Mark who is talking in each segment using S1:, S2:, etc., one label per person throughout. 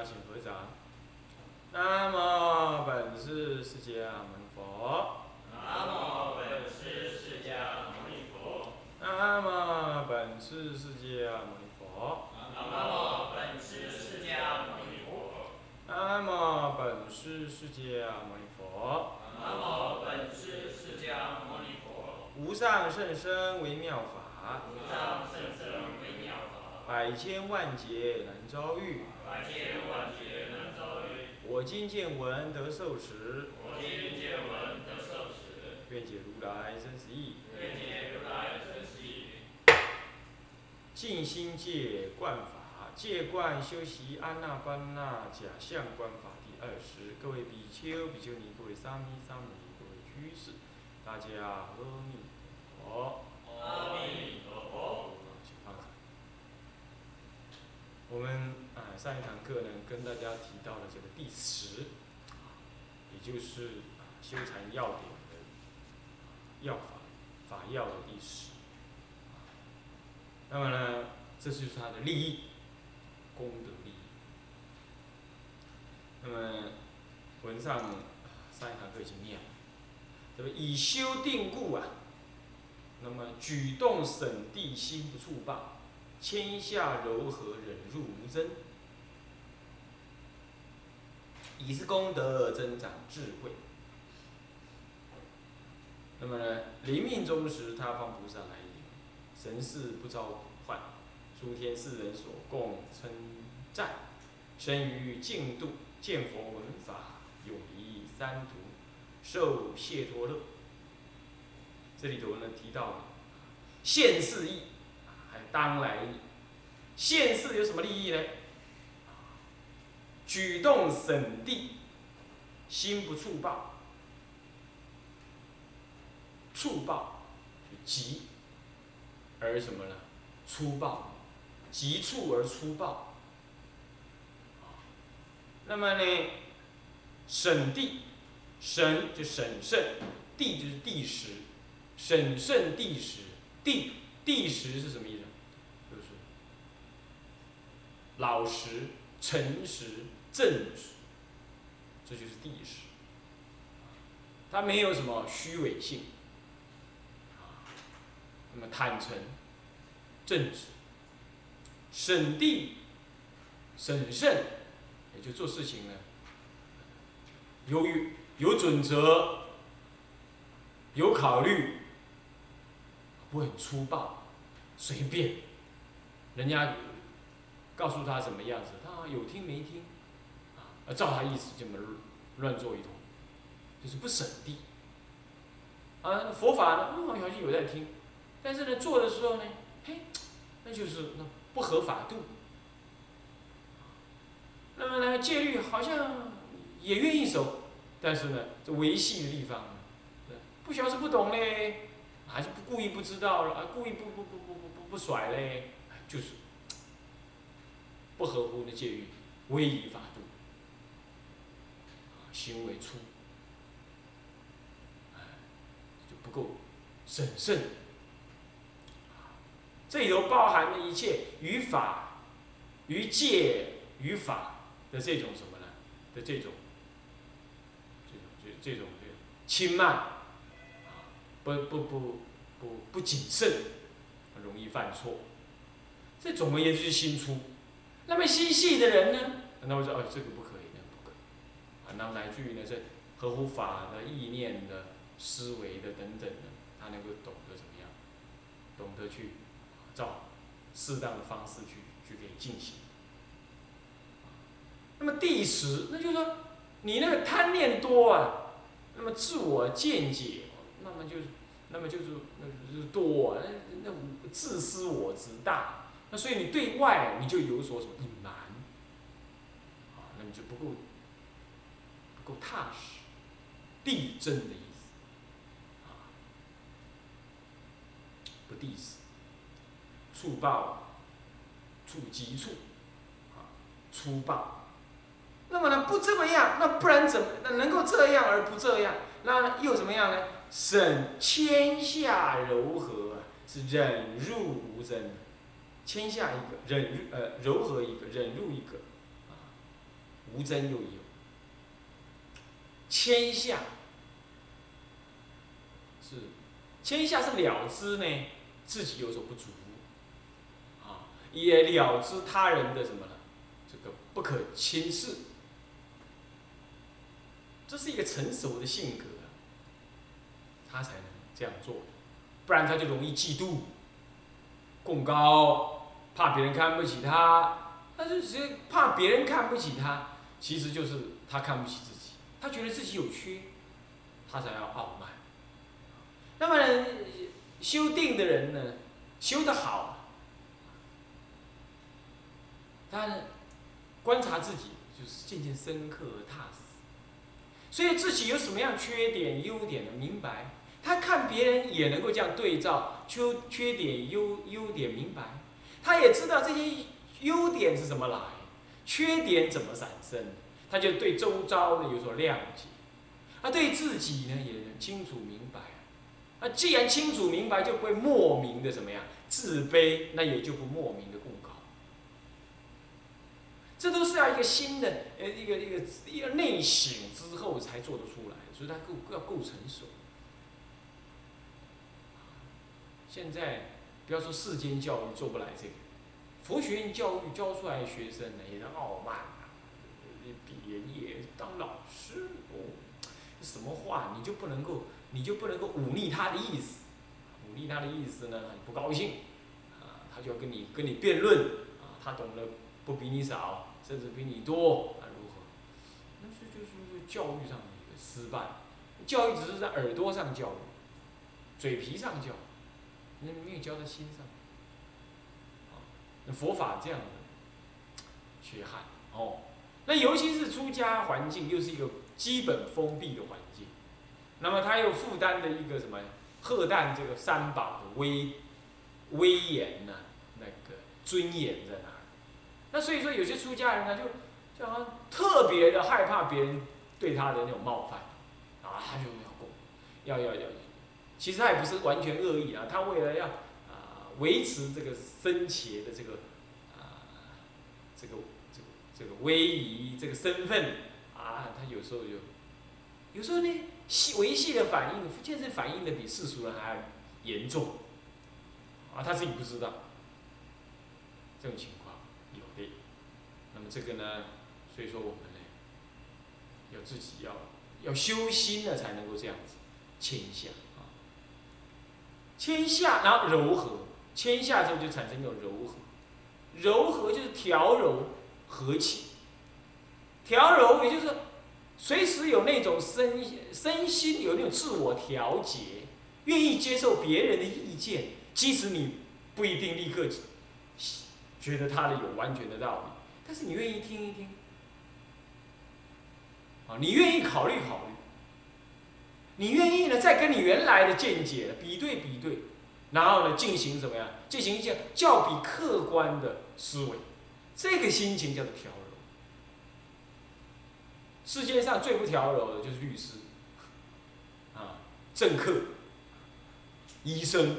S1: 家请合掌。南无本师释迦牟尼佛。
S2: 南无本师释迦牟尼佛。
S1: 南无本师释迦牟尼佛。
S2: 南无本师释迦牟尼佛。
S1: 南无本师释迦牟尼佛。
S2: 南无本师释迦牟尼佛。
S1: 无上甚深微妙法，
S2: 无上甚深微妙法，
S1: 百千万劫难遭遇。
S2: 百千万劫难遭遇。
S1: 我今见闻得受持，
S2: 我今见闻得受持，
S1: 愿解如来真实义。
S2: 愿解如来真实义。
S1: 净心戒观法，戒观修习安那般那假相观法第20。各位比丘、比丘尼，各位沙弥、沙弥尼，各位居士，大家阿弥陀佛。
S2: 阿弥陀佛。
S1: 请放掌。我们上一堂课呢，跟大家提到了这个第10，也就是修禅要点的要法要的第10。那么呢，这就是它的利益，功德利益。那么文上上一堂课已经念了，这个以修定故啊，那么举动审谛心不触谤，谦下柔和忍辱无争，以是功德增长智慧。那么呢，临命终时，他方菩萨来迎，神事不遭苦患，诸天世人所共称赞，生于净土，见佛闻法，永离三途，受解脱乐。这里头呢提到了现世义，还有当来义。现世有什么利益呢？举动审谛，心不触报。触报就急而什么呢？粗暴，急促而粗暴。那么呢，审谛，审就审慎，谛就是谛实，审慎谛实，谛实是什么意思？就是老实、诚实、正直，这就是谛实。它没有什么虚伪性。那么坦诚、正直、审谛、审慎，也就做事情呢，有准则，有考虑，不会很粗暴、随便。人家告诉他什么样子，他有听没听，照他意思这么乱做一通，就是不审谛。佛法呢，好像有在听。但是呢，做的时候呢，那就是那不合法度。那么呢，戒律好像也愿意守，但是呢，这维系的地方，不晓得是不懂嘞，还是故意不知道了，故意不甩嘞，就是不合乎的戒律，违以法度，行为粗，就不够审慎。这里头包含了一切于法、于戒、于法的这种什么呢？的这种轻慢，不谨慎，容易犯错。这总而言之就是心粗。那么心细的人呢？那我说这个不可以，那个不可以。那么乃至于呢，这合乎法的意念的、思维的等等的，他能够懂得怎么样，懂得去。照适当的方式去给进行。那么第10，那就是说，你那个贪念多啊，那么自我见解，那么就是多啊，那自私我执大，那所以你对外你就有所什么隐瞒，那么就不够踏实，谛真的意思，不谛实。粗暴，急促，粗暴。那么呢，不这么样，那不然怎么？那能够这样而不这样，那又怎么样呢？谦下柔和，是忍辱无争。谦下一个，柔和一个，忍辱一个， 无真又有。谦下是了知呢自己有所不足，啊，也了知他人的什么呢？这个不可轻视，这是一个成熟的性格，他才能这样做，不然他就容易嫉妒、贡高，怕别人看不起他。他就只是怕别人看不起他，其实就是他看不起自己，他觉得自己有缺，他才要傲慢。那么呢，修定的人呢，修得好，他呢观察自己，就是渐渐深刻而踏实。所以自己有什么样缺点、优点的明白，他看别人也能够这样对照，缺点、优点明白，他也知道这些优点是怎么来，缺点怎么产生，他就对周遭呢有所谅解，对自己呢也能清楚明白。既然清楚明白，就不会莫名的怎么样自卑，那也就不莫名的贡高。这都是要一个新的一个内省之后才做得出来，所以他要够成熟。现在不要说世间教育做不来这个，佛学院教育教出来的学生呢，也是傲慢啊，毕了业当老师哦，什么话你就不能够忤逆他的意思，忤逆他的意思呢，他不高兴，他就要跟你辩论，他懂得不比你少，甚至比你多，如何？那这就是教育上的一个失败。教育只是在耳朵上教育，嘴皮上教，没有教在心上。那佛法这样的缺憾哦。那尤其是出家环境，又是一个基本封闭的环境。那么他又负担的一个什么荷担这个三宝的威严呢、那个尊严在哪儿？那所以说有些出家人呢，就好像特别的害怕别人对他的那种冒犯，他就要，其实他也不是完全恶意啊，他为了要维持这个僧伽的这个威仪这个身份他有时候呢。维系的反应，现在反应的比世俗人还要严重，他自己不知道，这种情况有的。那么这个呢，所以说我们呢，要自己要修心了，才能够这样子谦下谦下，然后柔和，谦下之后就产生一种柔和，柔和就是调柔和气，调柔也就是。随时有那种身心有那种自我调节，愿意接受别人的意见，即使你不一定立刻觉得他的有完全的道理，但是你愿意听一听，你愿意考虑考虑，你愿意呢再跟你原来的见解比对，然后呢进行什么呀？进行一些较比客观的思维，这个心情叫做调柔。世界上最不调柔的就是律师，政客、医生、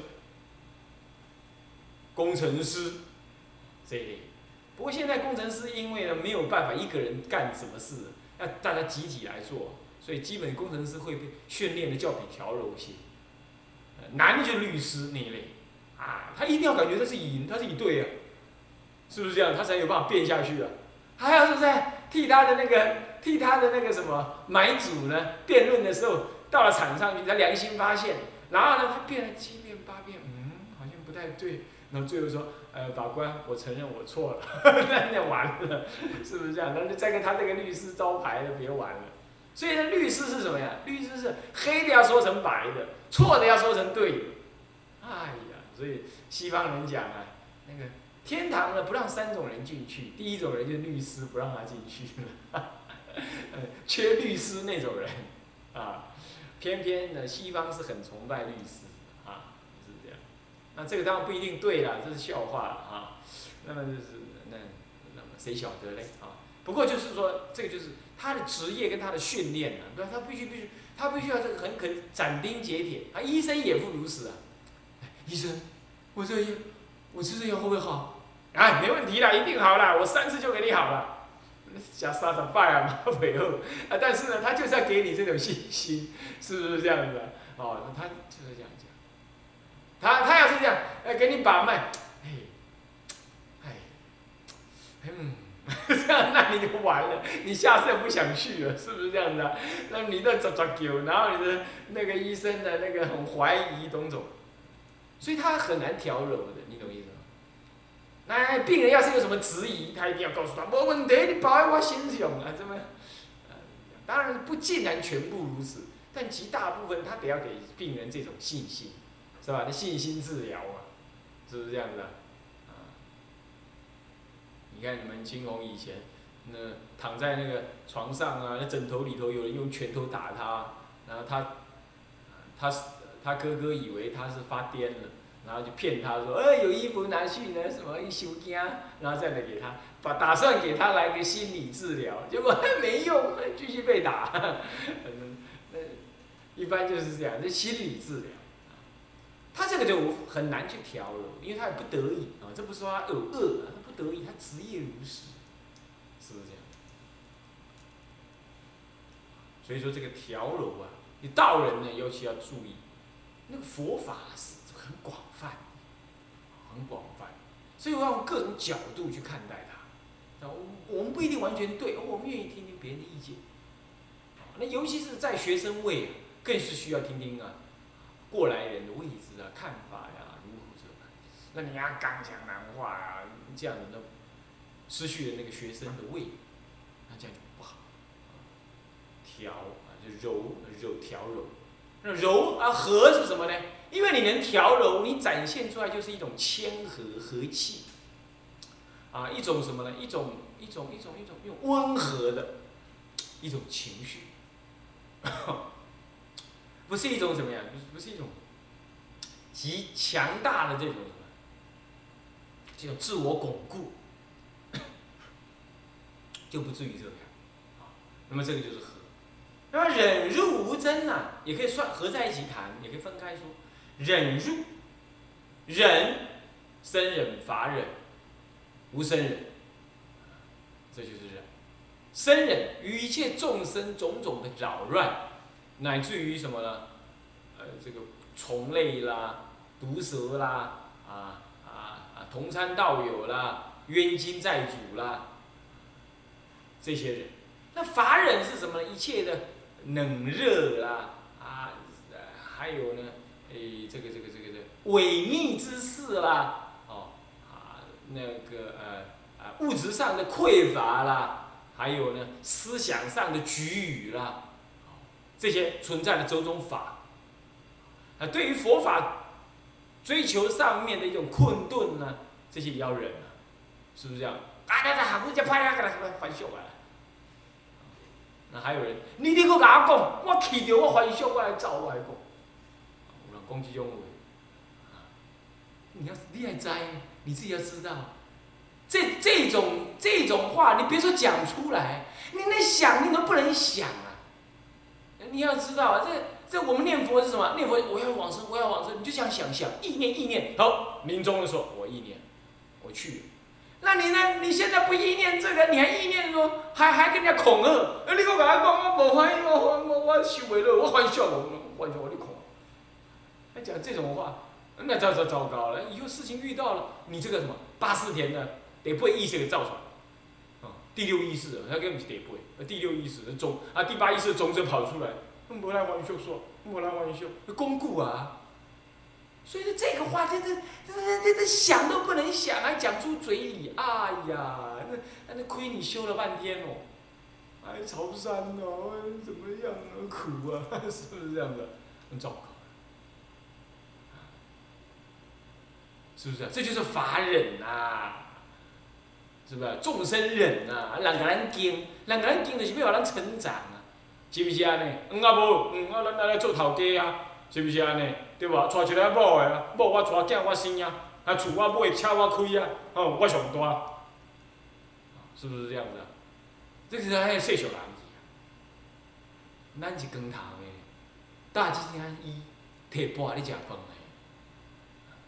S1: 工程师这一类。不过现在工程师因为呢没有办法一个人干什么事，要大家集体来做，所以基本工程师会被训练的较比调柔些。难的就是律师那一类，他一定要感觉他是赢，他是以对啊，是不是这样？他才有办法辩下去啊。他要是在替他的那个什么买主呢辩论的时候，到了场上去，他良心发现，然后呢他辩了7遍8遍，好像不太对，然后最后说，法官，我承认我错了，那完了，是不是这样？那就再跟他这个律师招牌的别玩了。所以呢，律师是什么呀？律师是黑的要说成白的，错的要说成对的。哎呀，所以西方人讲那个。天堂呢不让3种人进去，第一种人就是律师，不让他进去了，缺律师那种人，偏偏呢西方是很崇拜律师，是这样。那这个当然不一定对啦，这是笑话了那么就是那么谁晓得嘞不过就是说，这个就是他的职业跟他的训练他必须要这个很斩钉截铁医生也不如此医生，我吃这药会不会好？没问题啦，一定好啦，我3次就给你好了。 假30摆啊嘛袂好啊，但是呢，他就是要给你这种信心，是不是这样子啊？哦，他就是这样讲。他要是这样，给你把脉，这样那你就完了，你下次也不想去了，是不是这样的、啊？那你的抓狗，然后你的那个医生的那个很怀疑种种，所以他很难调柔的，你懂意思吗？那病人要是有什么质疑，他一定要告诉他，没问题，你保在我身上啊，怎么？当然不尽然全部如此，但极大部分他得要给病人这种信心，是吧？那信心治疗嘛，是不是这样子啊？你看你们青红以前，那躺在那个床上啊，那枕头里头有人用拳头打他，然后他哥哥以为他是发癫了，然后就骗他说，有衣服拿去呢，什么一收惊，然后再来给他，打算给他来个心理治疗，结果没用，继续被打。一般就是这样，这心理治疗。他这个就很难去调了，因为他也不得已啊，这不是说他有恶啊，他不得已，他职业如此，是不是这样？所以说这个调柔啊，你道人呢尤其要注意，那个佛法是很广泛，很广泛，所以我要用各种角度去看待它。我们不一定完全对，我们愿意听听别人的意见。那尤其是在学生位，更是需要听听啊。过来人的位置啊、看法呀、如何这个，那你要刚强难化啊，这样子都失去了那个学生的位，那这样就不好。调啊，就柔调柔，那柔啊和是什么呢？因为你能调柔，你展现出来就是一种谦和和气，啊，一种什么呢？一种温和的一种情绪。不是一种怎么样？不是一种极强大的这种什么？这种自我巩固，就不至于这样。那么这个就是和。那么忍辱无争呢，也可以算合在一起谈，也可以分开说。忍辱，忍，生忍、法忍、无生忍，这就是忍。生忍于一切众生种种的扰乱。乃至于什么呢？这个虫类啦、毒蛇啦、同参道友啦、冤亲债主啦，这些人。那法忍是什么呢？一切的冷热啦，还有呢，这个萎靡之事啦，那个物质上的匮乏啦，还有呢思想上的局语啦。这些存在的种种法，对于佛法追求上面的一种困顿呢，这些也要忍啊，是不是这样？我这派啊，给他还俗啊。那还有人，你搁甲我讲，我气着我还俗，我来走，我来讲。有人讲这种话，你也知，你自己要知道，这种话，你别说讲出来，你连想你都不能想啊。你要知道啊，这我们念佛是什么？念佛我要往生，我要往生，你就这样想，意念，好，临终的时候我意念，我去。那你呢？你现在不意念这个，你还意念说，还跟人家恐吓？你搁甲我讲，我无欢喜，我受袂落，我还俗，我你恐。还讲这种话，那糟糕了。以后事情遇到了，你这个什么84天呢，得被意识给造出来。第6意识，他根本是第8，第6意识的第8意识的种子跑出来，无来玩笑说，无来玩笑，巩固啊。所以这个话，这想都不能想，还讲出嘴里，哎呀，那亏你修了半天哦，潮汕哦，怎么样啊，苦啊，是不是这样的？很糟糕，是不是？这就是法忍啊。是不是？众生忍啊，人甲咱敬，就是要咱成长啊，是不是安尼？咱来做头家啊，是不是安尼？对无？带一个某的啊，某我带囝我生啊，厝我买，车我开啊，我上大，是不是这样子啊？这是迄世俗人去啊。咱是光头的，大只仔伊摕钵咧食饭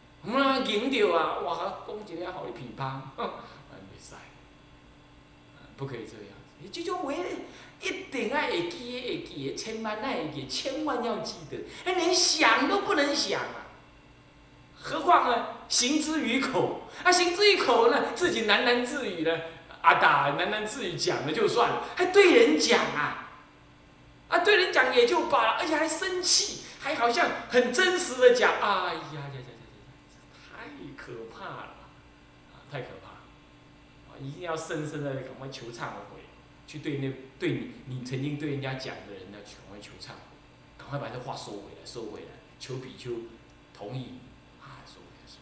S1: 的，迎着啊，哇！讲一个互你乒乓。袂使， 不可以这样子。这种话一定要会记的，千万要会记，千万要记得。连想都不能想啊，何况呢，行之于口啊，行之于口呢，自己喃喃自语呢，喃喃自语讲了就算了，还对人讲啊，对人讲也就罢了，而且还生气，还好像很真实的讲，哎呀，太可怕了，太可怕了，一定要深深的赶快求忏悔，去对你曾经对人家讲的人呢，赶快求忏悔，赶快把这话收回来，求比丘同意，收回来。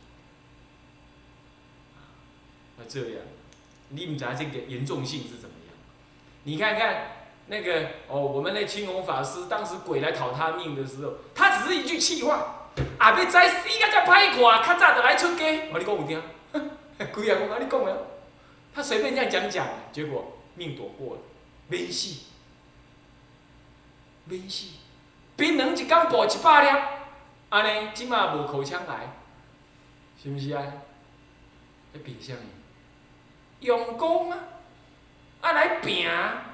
S1: 那这样，你不知道这个严重性是怎么样？你看看那个我们那青红法师当时鬼来讨他命的时候，他只是一句气话，要知死啊才歹看，较早就来出家。你讲有听？鬼啊！我跟你讲啊，他随便这样讲，结果命躲过了，免死，槟榔一天补100粒，安尼即马无口腔癌，是毋是啊？在拼啥物？用功来拼。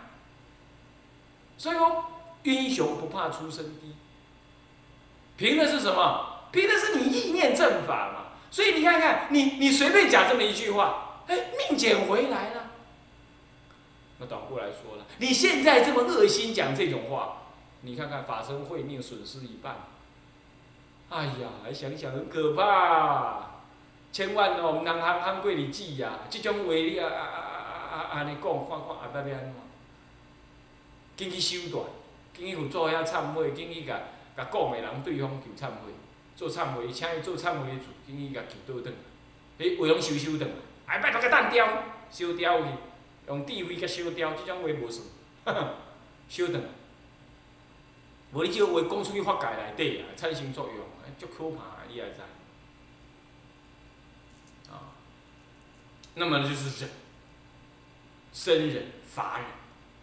S1: 所以说，英雄不怕出身低。凭的是什么？凭的是你意念正法嘛。所以你看看，你随便讲这么一句话，命捡回来了。那倒过来说了，你现在这么恶心讲这种话，你看看法身慧命损失一半。哎呀，想想很可怕。千万唔通喊过日子呀！这种话你安尼讲，看后摆要安怎？紧去修断，紧去做遐忏悔，紧去甲讲的人对方求忏悔，做忏悔，请伊做忏悔的主，紧去甲求倒转来，话拢收转来，摆都甲单掉，收掉去，用智慧甲收掉，这种话无算，收转来。无你这个话讲出去法界内底产生作用，足可怕，你也知。那么就是忍，生忍法忍，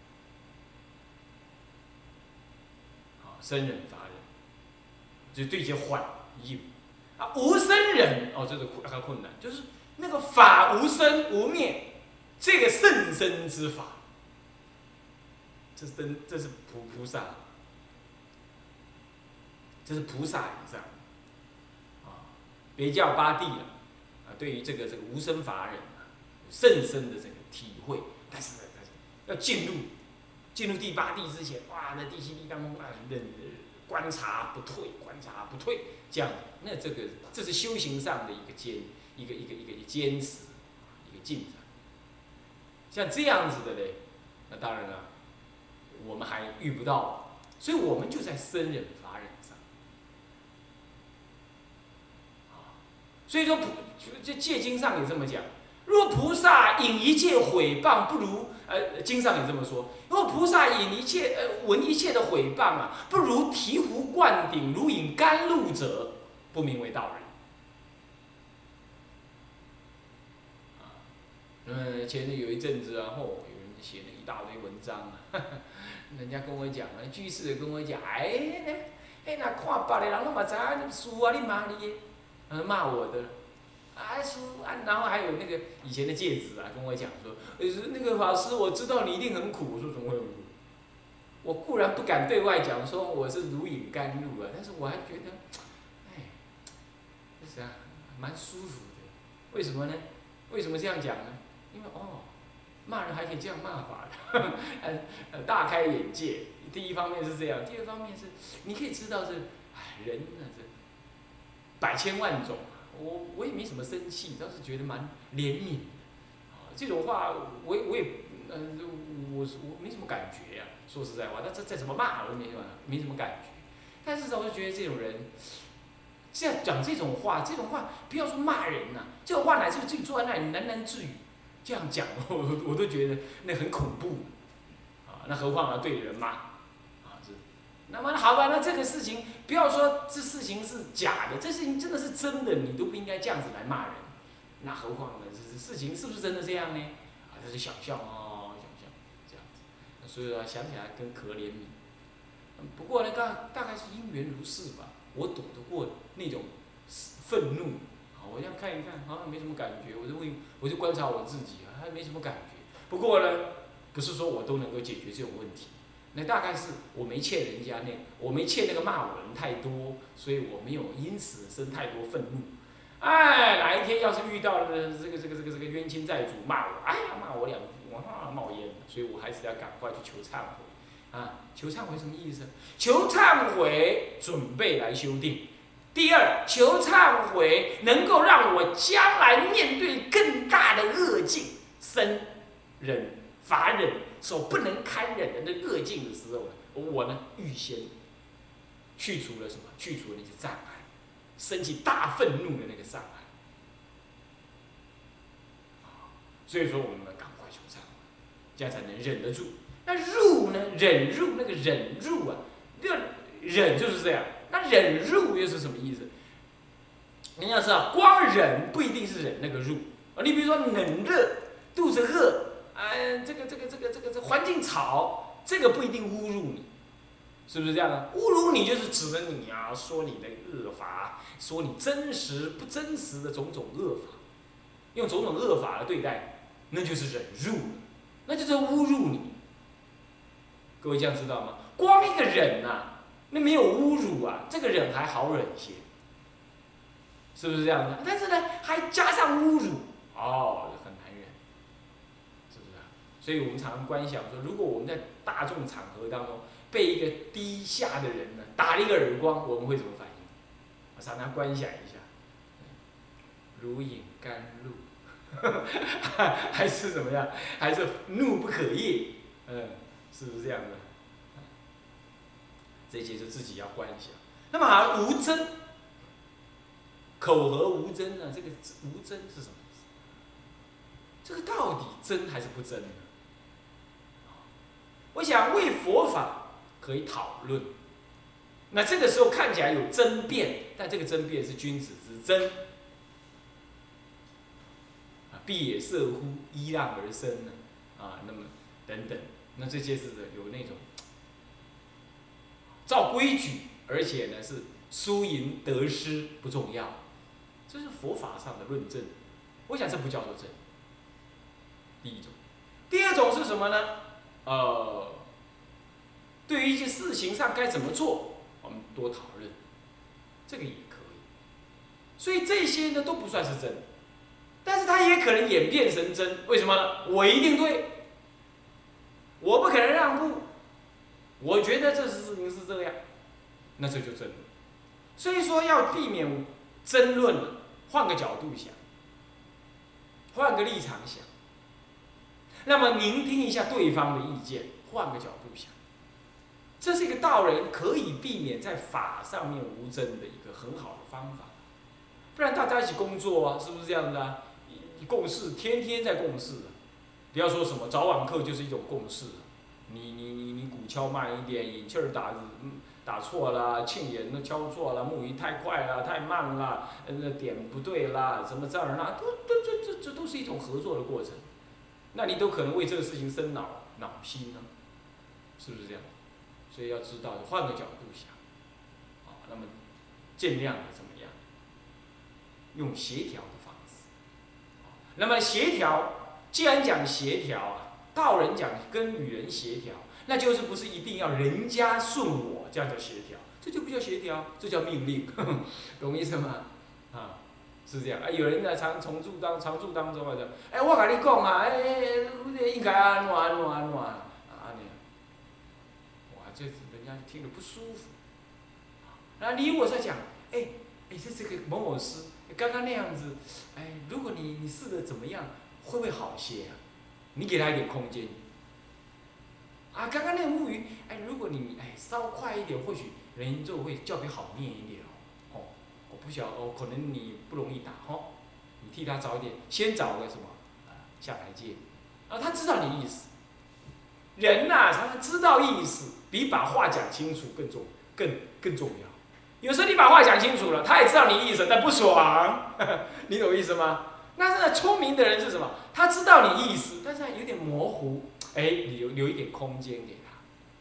S1: 生忍法忍，就对一些患有无生忍这个很困难，就是那个法无生无灭，这个甚深之法，这是菩萨，这是菩萨以上，别教八地了，对于这个无生法忍。甚深的这个体会，但是要进入第8地之前，哇，那第7地当中观察不退，这样，那这是修行上的一个坚持，一个进展。像这样子的嘞，那当然了，我们还遇不到，所以我们就在生忍法忍上。所以说，这戒经上也这么讲。若菩萨引一切毁谤，不如经上也这么说。若菩萨引闻一切的毁谤不如醍醐灌顶，如饮甘露者，不名为道人。前有一阵子有人写了一大堆文章人家跟我讲居士跟我讲，那看别的人拢嘛知影事你骂你的，骂我的。然后还有那个以前的戒子跟我讲说，那个法师，我知道你一定很苦。我说怎么会很苦？我固然不敢对外讲说我是如饮甘露但是我还觉得，就是蛮舒服的。为什么呢？为什么这样讲呢？因为骂人还可以这样骂法的，大开眼界。第一方面是这样，第二方面是你可以知道人这百千万种。我也没什么生气，倒是觉得蛮怜悯的。这种话我没什么感觉说实在话，他再怎么骂我都没什么感觉。但是我就觉得这种人，这样讲这种话不要说骂人这种话乃至自己坐在那里喃喃自语，这样讲我都觉得那很恐怖那何况对人骂那么好吧，那这个事情不要说这事情是假的，这事情真的是真的，你都不应该这样子来骂人。那何况呢？这事情是不是真的这样呢？这是想象这样子。所以想起来更可怜悯。不过呢，大概是因缘如是吧。我躲得过那种愤怒，我这样看一看，好像没什么感觉，我就观察我自己还没什么感觉。不过呢， 不是说我都能够解决这种问题。那大概是我没欠人家我没欠那个骂我人太多，所以我没有因此生太多愤怒。哎，哪一天要是遇到了这个冤亲债主骂我，哎呀骂我两句，哇冒烟了，所以我还是要赶快去求忏悔。啊，求忏悔什么意思？求忏悔，准备来修订。第二，求忏悔能够让我将来面对更大的恶境、生忍、法忍所不能堪忍的那恶境的时候，我呢预先去除了什么？去除了那些障碍，升起大愤怒的那个障碍。所以说，我们赶快求忏悔，这样才能忍得住。那入呢？忍入那个忍入啊，这个忍就是这样。那忍入又是什么意思？你要知道，光忍不一定是忍那个入啊。你比如说冷热、肚子饿，这环境吵，这个不一定侮辱你，是不是这样的？侮辱你就是指着你啊，说你的恶法，说你真实不真实的种种恶法，用种种恶法来对待你，那就是忍入了，那就是侮辱你。各位这样知道吗？光一个忍啊，那没有侮辱啊，这个忍还好忍一些，是不是这样的？但是呢，还加上侮辱，哦，很难忍，是不是啊？所以我们常常观想说，如果我们在大众场合当中被一个低下的人呢打了一个耳光，我们会怎么反应？我常常观想一下，如饮甘露，还是怎么样？还是怒不可遏？是不是这样的？这些就自己要观想。那么无争，口和无争呢？这个无争是什么意思？这个到底争还是不争呢？我想为佛法可以讨论。那这个时候看起来有争辩，但这个争辩是君子之争。必也射乎，依让而生呢？那么等等，那这些是有那种照规矩，而且呢是输赢得失不重要，这是佛法上的论证。我想这不叫做正。第一种，第二种是什么呢？对于一些事情上该怎么做，我们多讨论，这个也可以。所以这些呢都不算是真，但是它也可能演变成真。为什么呢？我一定对，我不可能让步，我觉得这事情是这样，那这就真了。所以说要避免争论，换个角度想，换个立场想，那么聆听一下对方的意见，换个角度想，这是一个道人可以避免在法上面无争的一个很好的方法。不然大家一起工作啊，是不是这样的啊？共事，天天在共事啊。不要说什么早晚课就是一种共事啊。你鼓敲慢一点，引气儿打错了，磬眼都敲错了，木鱼太快了，太慢了，点不对啦，什么这儿那，这都是一种合作的过程。那你都可能为这个事情生恼心呢，是不是这样？所以要知道，换个角度想，那么尽量的怎么样，用协调的方式。那么协调，既然讲协调啊，道人讲跟与人协调，那就是不是一定要人家顺我，这样叫协调，这就不叫协调，这叫命令，懂意思吗？是这样。有人在常住当中啊，就我跟你讲啊，应该安怎，哇，这人家听得不舒服。那你如果在讲，这个某某事，刚刚那样子，如果你试着怎么样，会不会好些啊？你给他一点空间。刚刚那个木鱼，如果你稍快一点，或许人就会较比好念一点哦。我不晓可能你不容易打你替他找一点，先找个什么下台阶，他知道你意思。人呐，常常知道意思，比把话讲清楚更重要。有时候你把话讲清楚了，他也知道你意思，但不爽，你懂意思吗？那真的聪明的人是什么？他知道你意思，但是有点模糊，你留一点空间给他，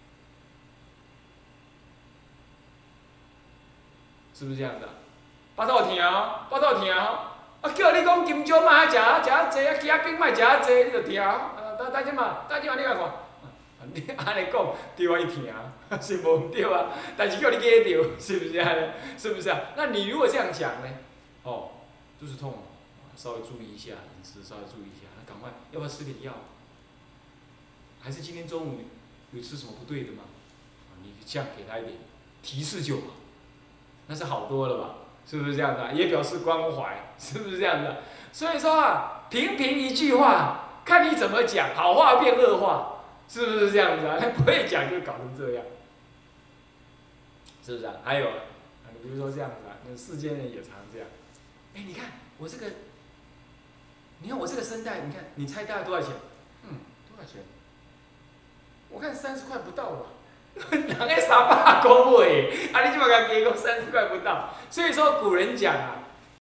S1: 是不是这样的？巴肚疼，叫你讲金蕉莫食，食仔济，鸡仔饼莫食仔济，你就疼。 大家嘛你甲看，你安尼讲对我一听，是无毋对啊，但是叫你给对，是不是安尼？是不是啊？那你如果这样讲呢？哦，肚子痛，稍微注意一下饮食，稍微注意一下，那赶快要不要吃点药？还是今天中午有吃什么不对的吗？你这样给他一点提示就好，那是好多了吧？是不是这样的？也表示关怀，是不是这样的？所以说啊，平平一句话，看你怎么讲，好话变恶话，是不是这样子啊？不会讲就搞成这样，是不是啊？还有，比如说这样子啊，那世间人也常这样。哎，你看我这个，你看我这个声带，你看你猜大概多少钱？多少钱？我看30块不到吧。人家300块买，啊！你即马甲加讲30块不到，所以说古人讲啊，